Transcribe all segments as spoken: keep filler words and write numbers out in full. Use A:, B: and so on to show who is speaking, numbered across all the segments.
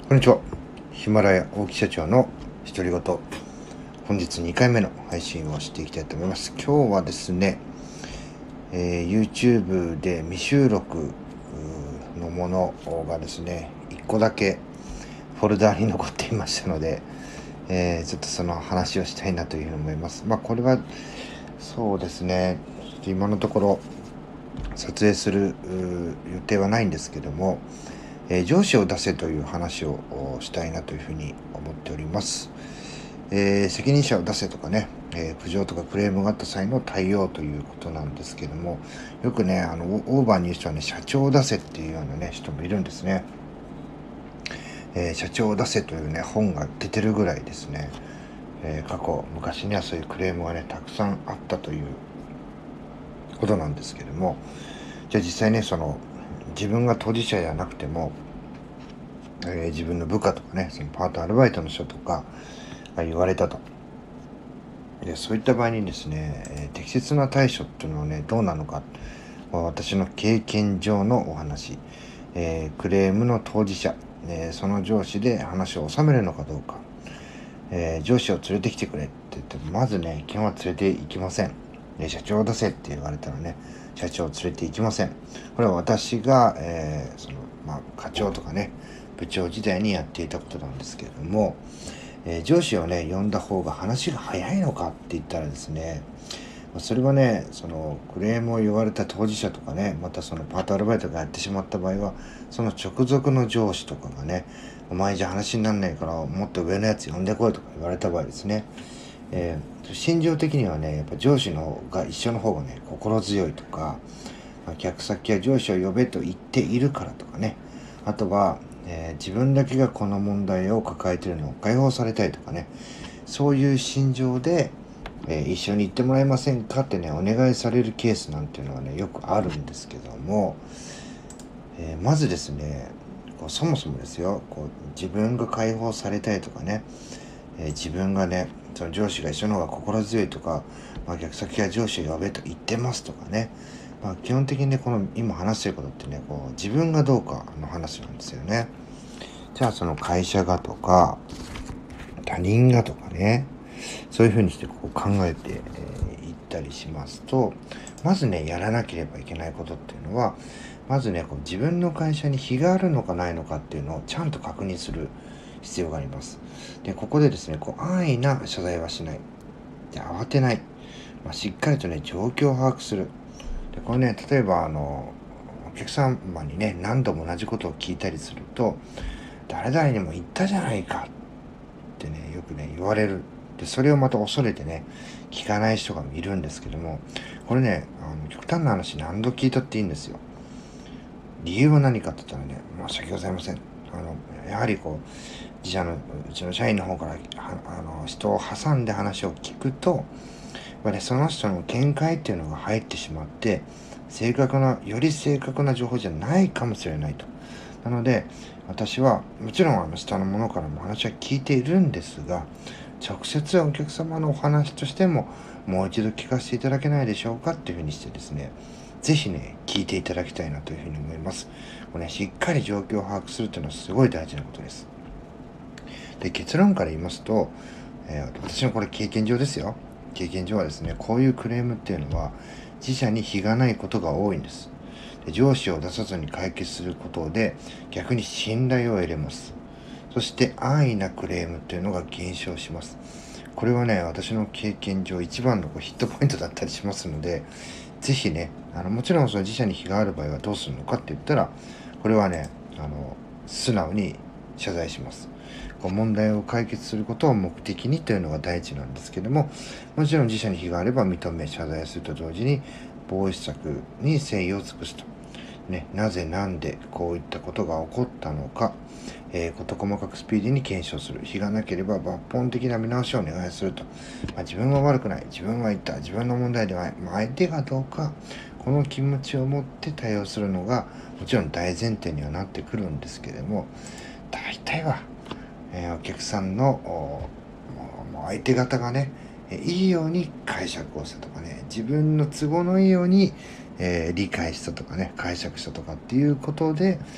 A: こんにちは。ヒマラヤ大木社長の独り言。本日にかいめの配信をしていきたいと思います。今日はですね、えー、YouTube で未収録のものがですね、いっこだけフォルダーに残っていましたので、えー、ちょっとその話をしたいなというふうに思います。まあこれはそうですね、今のところ撮影する予定はないんですけども、えー、上司を出せという話をしたいなというふうに思っております。えー、責任者を出せとかね、えー、苦情とかクレームがあった際の対応ということなんですけども、よくね、あのオーバーに言う人はね、社長を出せっていうようなね人もいるんですね。えー、社長を出せというね本が出てるぐらいですね、えー、過去昔にはそういうクレームがねたくさんあったということなんですけども、じゃあ実際ね、その自分が当事者じゃなくても、えー、自分の部下とかね、そのパートアルバイトの人とかが言われたと。でそういった場合にですね、えー、適切な対処っていうのはねどうなのか、まあ、私の経験上のお話、えー、クレームの当事者、えー、その上司で話を収めるのかどうか、えー、上司を連れてきてくれって言ってもまずね基本は連れて行きません。えー、社長を出せって言われたらね社長を連れて行きません。これは私が、えーそのまあ、課長とかね部長時代にやっていたことなんですけれども、えー、上司をね呼んだ方が話が早いのかって言ったらですね、それはね、そのクレームを言われた当事者とかね、またそのパートアルバイトがやってしまった場合は、その直属の上司とかがね、お前じゃ話にならないからもっと上のやつ呼んでこいとか言われた場合ですね、えー、心情的にはね、やっぱ上司の方が一緒の方がね、心強いとか、まあ、客先や上司を呼べと言っているからとかね、あとは、えー、自分だけがこの問題を抱えているのを解放されたいとかね、そういう心情で、えー、一緒に行ってもらえませんかってねお願いされるケースなんていうのはねよくあるんですけども、えー、まずですね、こうそもそもですよ、こう自分が解放されたいとかね、えー、自分がねその上司が一緒の方が心強いとか、まあ、逆先が上司を呼べと言ってますとかね、まあ、基本的にねこの今話してることってねこう自分がどうかの話なんですよね。じゃあその会社がとか他人がとかね、そういうふうにしてこう考えてい、えー、ったりしますと、まずねやらなければいけないことっていうのは、まずねこう自分の会社に非があるのかないのかっていうのをちゃんと確認する必要があります。でここでですねこう安易な謝罪はしない、で慌てない、まあ、しっかりとね状況を把握する。でこれね例えばあのお客様にね何度も同じことを聞いたりすると、誰々にも言ったじゃないかってねよくね言われる。でそれをまた恐れてね聞かない人がいるんですけども、これねあの極端な話何度聞いたっていいんですよ。理由は何かって言ったらね、申し訳ございません、あのやはりこう自社のうちの社員の方からあの人を挟んで話を聞くと、まあね、その人の見解っていうのが入ってしまって正確なより正確な情報じゃないかもしれないと。なので私はもちろんあの下の者からも話は聞いているんですが、直接お客様のお話としてももう一度聞かせていただけないでしょうかっていうふうにしてですね、ぜひね聞いていただきたいなというふうに思います。これねしっかり状況を把握するというのはすごい大事なことです。で結論から言いますと、えー、私のこれ経験上ですよ。経験上はですね、こういうクレームっていうのは自社に非がないことが多いんです。で上司を出さずに解決することで逆に信頼を得れます。そして安易なクレームっていうのが減少します。これはね私の経験上一番のこうヒットポイントだったりしますので、ぜひねあのもちろんその自社に非がある場合はどうするのかって言ったら、これはねあの素直に謝罪します。こう問題を解決することを目的にというのが第一なんですけども、もちろん自社に非があれば認め謝罪すると同時に防止策に誠意を尽くすと。ね、なぜなんでこういったことが起こったのか、えー、事細かくスピーディーに検証する。非がなければ抜本的な見直しをお願いすると。まあ、自分は悪くない、自分は言った、自分の問題ではない、まあ、相手がどうか、この気持ちを持って対応するのがもちろん大前提にはなってくるんですけれども、大体は、えー、お客さんのもう相手方がねいいように解釈をしたとかね、自分の都合のいいように、えー、理解したとかね解釈したとかっていうことで、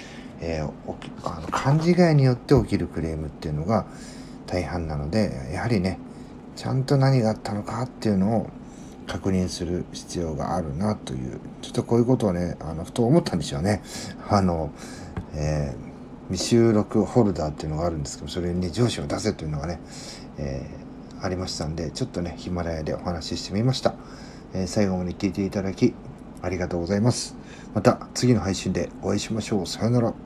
A: えー、おきあの勘違いによって起きるクレームっていうのが大半なので、やはりね、ちゃんと何があったのかっていうのを確認する必要があるなという、ちょっとこういうことをね、あのふと思ったんでしょうね。あの、えー、未収録ホルダーっていうのがあるんですけど、それに、ね、上司を出せというのがね、えー、ありましたんで、ちょっとねヒマラヤでお話ししてみました。えー、最後まで聞いていただきありがとうございます。また次の配信でお会いしましょう。さよなら。